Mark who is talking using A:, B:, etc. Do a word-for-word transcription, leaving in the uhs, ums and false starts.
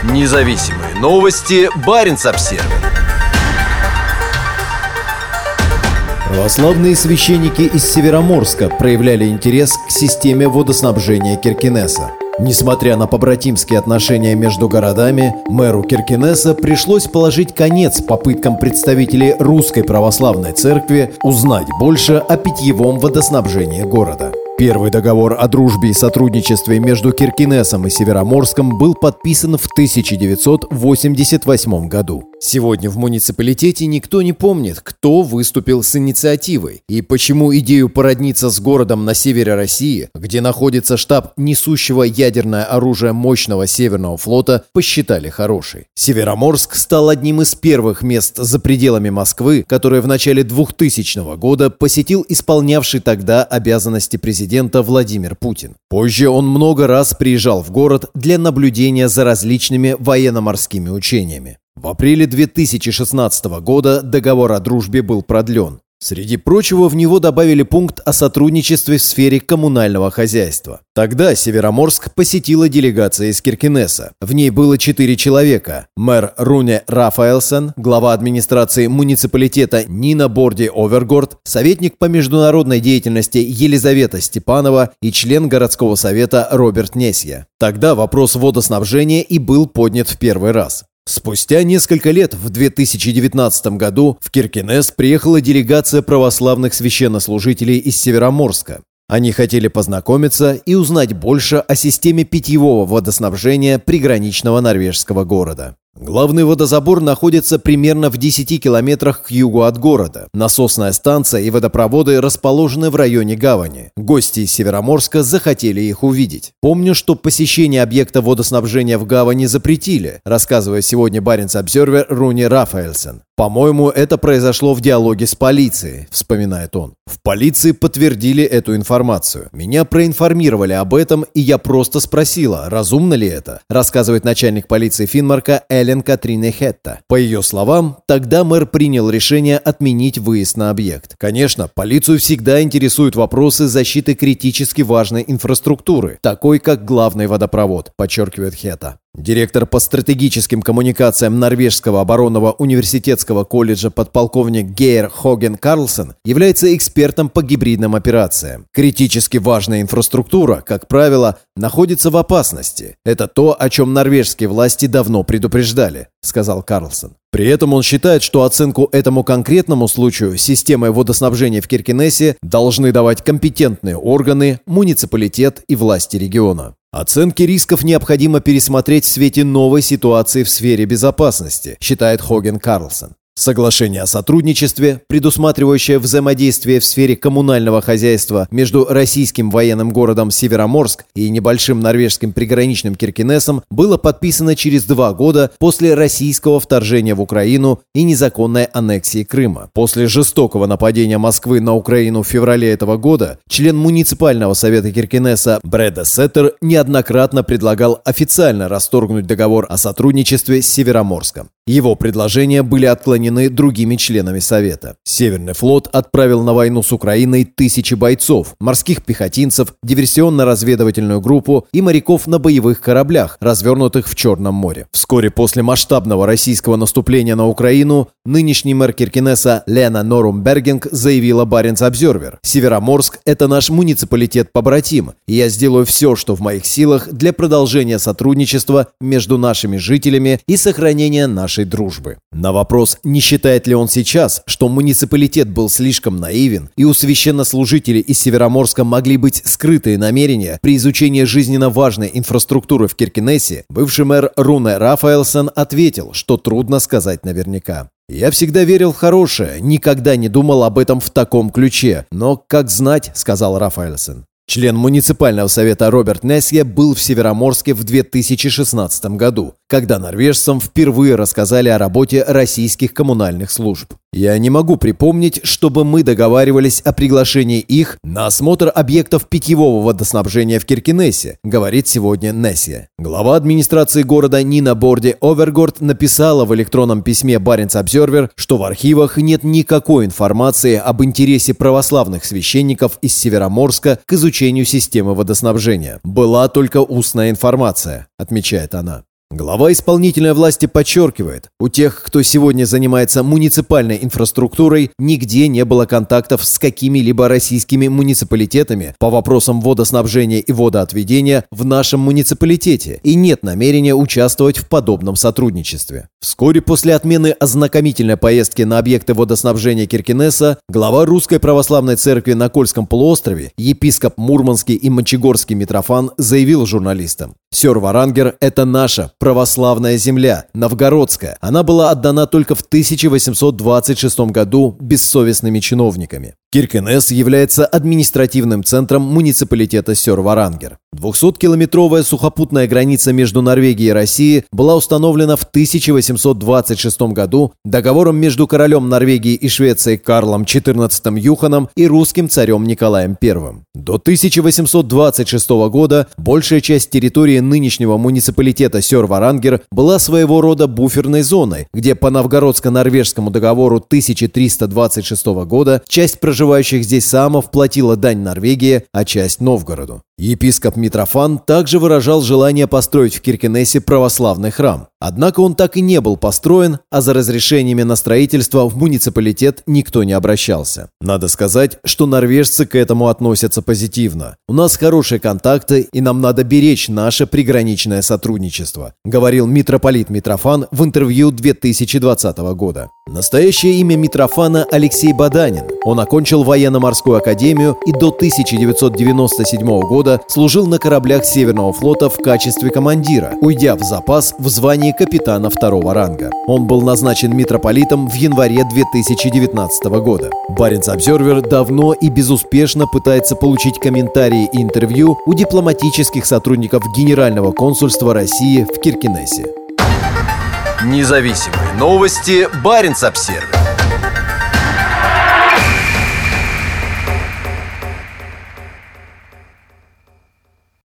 A: Независимые новости. Баренц-Обсервер.
B: Православные священники из Североморска проявляли интерес к системе водоснабжения Киркенеса. Несмотря на побратимские отношения между городами, мэру Киркенеса пришлось положить конец попыткам представителей Русской Православной Церкви узнать больше о питьевом водоснабжении города. Первый договор о дружбе и сотрудничестве между Киркенесом и Североморском был подписан в тысяча девятьсот восемьдесят восьмом году. Сегодня в муниципалитете никто не помнит, кто выступил с инициативой и почему идею породниться с городом на севере России, где находится штаб несущего ядерное оружие мощного Северного флота, посчитали хорошей. Североморск стал одним из первых мест за пределами Москвы, которое в начале двухтысячного года посетил исполнявший тогда обязанности президента Владимир Путин. Позже он много раз приезжал в город для наблюдения за различными военно-морскими учениями. В апреле две тысячи шестнадцатого года договор о дружбе был продлен. Среди прочего, в него добавили пункт о сотрудничестве в сфере коммунального хозяйства. Тогда Североморск посетила делегация из Киркенеса. В ней было четыре человека. Мэр Руне Рафаэлсен, глава администрации муниципалитета Нина Борди-Овергорд, советник по международной деятельности Елизавета Степанова и член городского совета Роберт Несья. Тогда вопрос водоснабжения и был поднят в первый раз. Спустя несколько лет, в две тысячи девятнадцатом году, в Киркенес приехала делегация православных священнослужителей из Североморска. Они хотели познакомиться и узнать больше о системе питьевого водоснабжения приграничного норвежского города. Главный водозабор находится примерно в десяти километрах к югу от города. Насосная станция и водопроводы расположены в районе гавани. Гости из Североморска захотели их увидеть. Помню, что посещение объекта водоснабжения в гавани запретили, рассказывая сегодня Баренц-Обсервер Руни Рафаэлсен. «По-моему, это произошло в диалоге с полицией», — вспоминает он. «В полиции подтвердили эту информацию. Меня проинформировали об этом, и я просто спросила, разумно ли это», — рассказывает начальник полиции Финмарка Элен Катрине Хетта. По ее словам, тогда мэр принял решение отменить выезд на объект. Конечно, полицию всегда интересуют вопросы защиты критически важной инфраструктуры, такой как главный водопровод, подчеркивает Хетта. Директор по стратегическим коммуникациям Норвежского оборонного университетского колледжа подполковник Гейр Хоген Карлсен является экспертом по гибридным операциям. Критически важная инфраструктура, как правило, находится в опасности. Это то, о чем норвежские власти давно предупреждали, сказал Карлсен. При этом он считает, что оценку этому конкретному случаю системой водоснабжения в Киркенесе должны давать компетентные органы, муниципалитет и власти региона. Оценки рисков необходимо пересмотреть в свете новой ситуации в сфере безопасности, считает Хоген Карлсен. Соглашение о сотрудничестве, предусматривающее взаимодействие в сфере коммунального хозяйства между российским военным городом Североморск и небольшим норвежским приграничным Киркенесом, было подписано через два года после российского вторжения в Украину и незаконной аннексии Крыма. После жестокого нападения Москвы на Украину в феврале этого года член муниципального совета Киркенеса Бреда Сеттер неоднократно предлагал официально расторгнуть договор о сотрудничестве с Североморском. Его предложения были отклонены другими членами Совета. Северный флот отправил на войну с Украиной тысячи бойцов, морских пехотинцев, диверсионно-разведывательную группу и моряков на боевых кораблях, развернутых в Черном море. Вскоре после масштабного российского наступления на Украину нынешний мэр Киркенеса Лена Норум Бергинг заявила Баренц-Обсервер: «Североморск – это наш муниципалитет-побратим, и я сделаю все, что в моих силах для продолжения сотрудничества между нашими жителями и сохранения нашей дружбы». На вопрос, не считает ли он сейчас, что муниципалитет был слишком наивен и у священнослужителей из Североморска могли быть скрытые намерения при изучении жизненно важной инфраструктуры в Киркенесе, бывший мэр Руне Рафаэлсен ответил, что трудно сказать наверняка. «Я всегда верил в хорошее, никогда не думал об этом в таком ключе, но как знать», — сказал Рафаэлсен. Член муниципального совета Роберт Несье был в Североморске в две тысячи шестнадцатом году, когда норвежцам впервые рассказали о работе российских коммунальных служб. «Я не могу припомнить, чтобы мы договаривались о приглашении их на осмотр объектов питьевого водоснабжения в Киркенесе», говорит сегодня Несье. Глава администрации города Нина Борди-Овергорд написала в электронном письме Баренц-Обсервер, что в архивах нет никакой информации об интересе православных священников из Североморска к изучению системы водоснабжения. «Была только устная информация», отмечает она. Глава исполнительной власти подчеркивает, у тех, кто сегодня занимается муниципальной инфраструктурой, нигде не было контактов с какими-либо российскими муниципалитетами по вопросам водоснабжения и водоотведения в нашем муниципалитете и нет намерения участвовать в подобном сотрудничестве. Вскоре после отмены ознакомительной поездки на объекты водоснабжения Киркенеса глава Русской Православной Церкви на Кольском полуострове, епископ Мурманский и Мончегорский Митрофан заявил журналистам: «Сёр-Варангер – это наша православная земля, новгородская. Она была отдана только в тысяча восемьсот двадцать шестом году бессовестными чиновниками». Киркенес является административным центром муниципалитета Сёр-Варангер. двухсоткилометровая сухопутная граница между Норвегией и Россией была установлена в тысяча восемьсот двадцать шестом году договором между королем Норвегии и Швеции Карлом четырнадцатым Юханом и русским царем Николаем Первым. До тысяча восемьсот двадцать шестого года большая часть территории нынешнего муниципалитета Сёр-Варангер была своего рода буферной зоной, где по новгородско-норвежскому договору тысяча триста двадцать шестого года часть проживающих здесь саамов платила дань Норвегии, а часть Новгороду. Епископ Митрофан также выражал желание построить в Киркенесе православный храм. Однако он так и не был построен, а за разрешениями на строительство в муниципалитет никто не обращался. Надо сказать, что норвежцы к этому относятся позитивно. «У нас хорошие контакты, и нам надо беречь наше приграничное сотрудничество», говорил митрополит Митрофан в интервью две тысячи двадцатого года. Настоящее имя Митрофана – Алексей Баданин. Он окончил военно-морскую академию и до тысяча девятьсот девяносто седьмого года служил на кораблях Северного флота в качестве командира, уйдя в запас в звании капитана второго ранга. Он был назначен митрополитом в январе две тысячи девятнадцатого года. Баренц-Обзервер давно и безуспешно пытается получить комментарии и интервью у дипломатических сотрудников Генерального консульства России в Киркенесе.
A: Независимые новости. Баренц-Обзервер.